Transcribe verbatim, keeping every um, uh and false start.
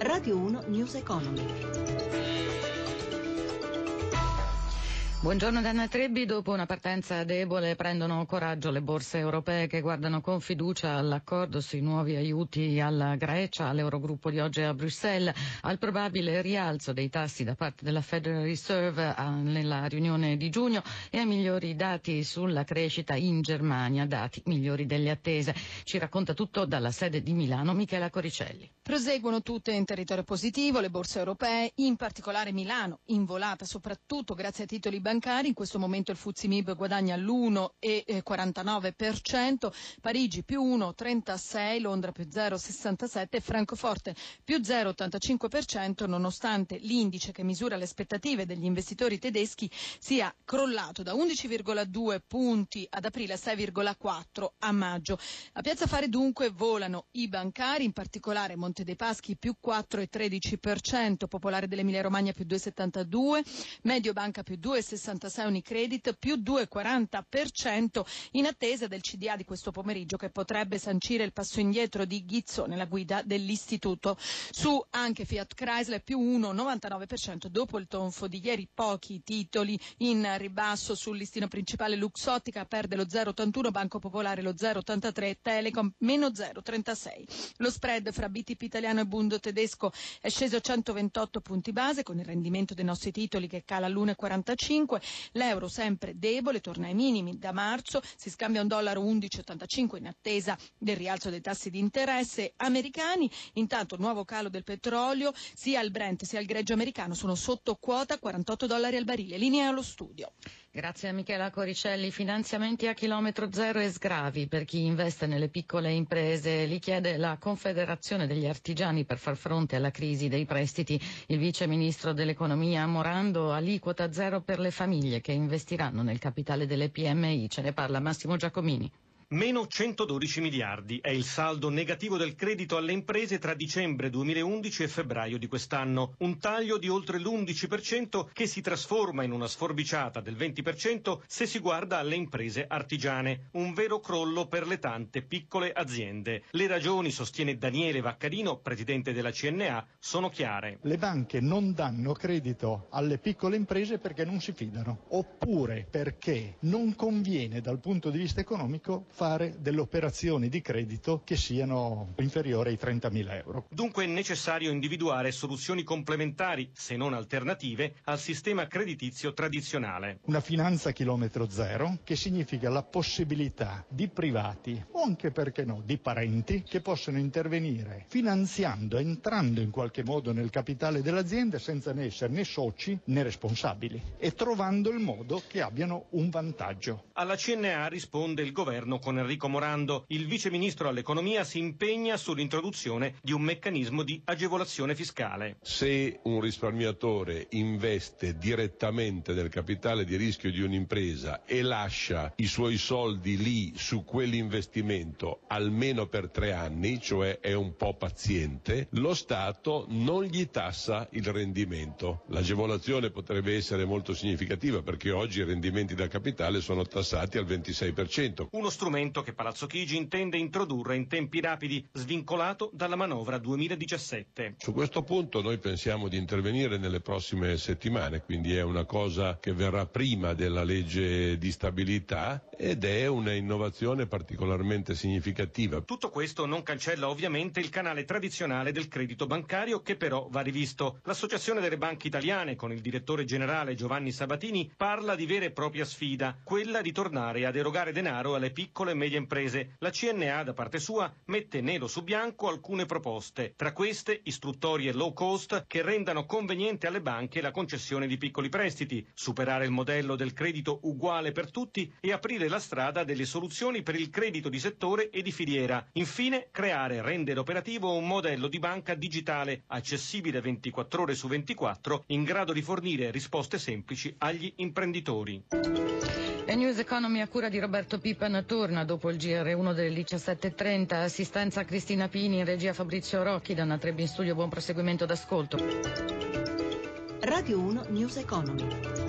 Radio uno News Economy. Buongiorno Danna Trebbi. Dopo una partenza debole prendono coraggio le borse europee che guardano con fiducia all'accordo sui nuovi aiuti alla Grecia, all'Eurogruppo di oggi a Bruxelles, al probabile rialzo dei tassi da parte della Federal Reserve nella riunione di giugno e ai migliori dati sulla crescita in Germania, dati migliori delle attese. Ci racconta tutto dalla sede di Milano Michela Coricelli. Proseguono tutte in territorio positivo le borse europee, in particolare Milano, in volata soprattutto grazie ai titoli bancari. In questo momento il Fuzzi Mib guadagna l'uno virgola quarantanove per cento, Parigi più uno virgola trentasei, Londra più zero virgola sessantasette e Francoforte più zero virgola ottantacinque per cento, nonostante l'indice che misura le aspettative degli investitori tedeschi sia crollato da undici virgola due punti ad aprile a sei virgola quattro a maggio. A Piazza Affari dunque volano i bancari, in particolare Monte dei Paschi più quattro virgola tredici per cento, Popolare dell'Emilia Romagna più due virgola settantadue, Mediobanca più due virgola sessantasei, Unicredit più due virgola quaranta per cento, in attesa del C D A di questo pomeriggio che potrebbe sancire il passo indietro di Ghizzo nella guida dell'istituto. Su anche Fiat Chrysler più uno virgola novantanove per cento dopo il tonfo di ieri. Pochi titoli in ribasso sul listino principale. Luxottica perde lo zero virgola ottantuno, Banco Popolare lo zero virgola ottantatré, Telecom meno zero virgola trentasei. Lo spread fra B T P italiano e Bund tedesco è sceso a centoventotto punti base, con il rendimento dei nostri titoli che cala all'uno virgola quarantacinque. L'euro sempre debole, torna ai minimi da marzo, si scambia un dollaro undici virgola ottantacinque in attesa del rialzo dei tassi di interesse americani. Intanto il nuovo calo del petrolio, sia il Brent sia il greggio americano sono sotto quota, quarantotto dollari al barile. Linea allo studio. Grazie a Michela Coricelli. Finanziamenti a chilometro zero e sgravi per chi investe nelle piccole imprese, li chiede la Confederazione degli Artigiani per far fronte alla crisi dei prestiti. Il vice ministro dell'economia Morando, aliquota zero per le famiglie che investiranno nel capitale delle P M I. Ce ne parla Massimo Giacomini. Meno centododici miliardi è il saldo negativo del credito alle imprese tra dicembre duemilaundici e febbraio di quest'anno, un taglio di oltre l'undici per cento che si trasforma in una sforbiciata del venti per cento se si guarda alle imprese artigiane, un vero crollo per le tante piccole aziende. Le ragioni, sostiene Daniele Vaccarino, presidente della C N A, sono chiare. Le banche non danno credito alle piccole imprese perché non si fidano, oppure perché non conviene dal punto di vista economico fare delle operazioni di credito che siano inferiori ai trentamila euro. Dunque è necessario individuare soluzioni complementari, se non alternative, al sistema creditizio tradizionale. Una finanza a chilometro zero, che significa la possibilità di privati, o anche perché no, di parenti, che possono intervenire finanziando, entrando in qualche modo nel capitale dell'azienda senza né essere né soci né responsabili e trovando il modo che abbiano un vantaggio. Alla C N A risponde il governo con Enrico Morando. Il vice ministro all'economia si impegna sull'introduzione di un meccanismo di agevolazione fiscale. Se un risparmiatore investe direttamente nel capitale di rischio di un'impresa e lascia i suoi soldi lì su quell'investimento almeno per tre anni, cioè è un po' paziente, lo Stato non gli tassa il rendimento. L'agevolazione potrebbe essere molto significativa perché oggi i rendimenti da capitale sono tassati al ventisei per cento. Uno strumento che Palazzo Chigi intende introdurre in tempi rapidi, svincolato dalla manovra duemiladiciassette. Su questo punto noi pensiamo di intervenire nelle prossime settimane, quindi è una cosa che verrà prima della legge di stabilità ed è una innovazione particolarmente significativa. Tutto questo non cancella ovviamente il canale tradizionale del credito bancario, che però va rivisto. L'Associazione delle Banche Italiane, con il direttore generale Giovanni Sabatini, parla di vera e propria sfida, quella di tornare ad erogare denaro alle piccole e medie imprese. La C N A, da parte sua, mette nero su bianco alcune proposte, tra queste istruttorie low cost che rendano conveniente alle banche la concessione di piccoli prestiti, superare il modello del credito uguale per tutti e aprire la strada delle soluzioni per il credito di settore e di filiera. Infine, creare e rendere operativo un modello di banca digitale, accessibile ventiquattro ore su ventiquattro, in grado di fornire risposte semplici agli imprenditori. E News Economy a cura di Roberto Pippan torna dopo il G R uno delle diciassette e trenta. Assistenza Cristina Pini, in regia Fabrizio Rocchi, Danna Trebbi in studio. Buon proseguimento d'ascolto. Radio uno News Economy.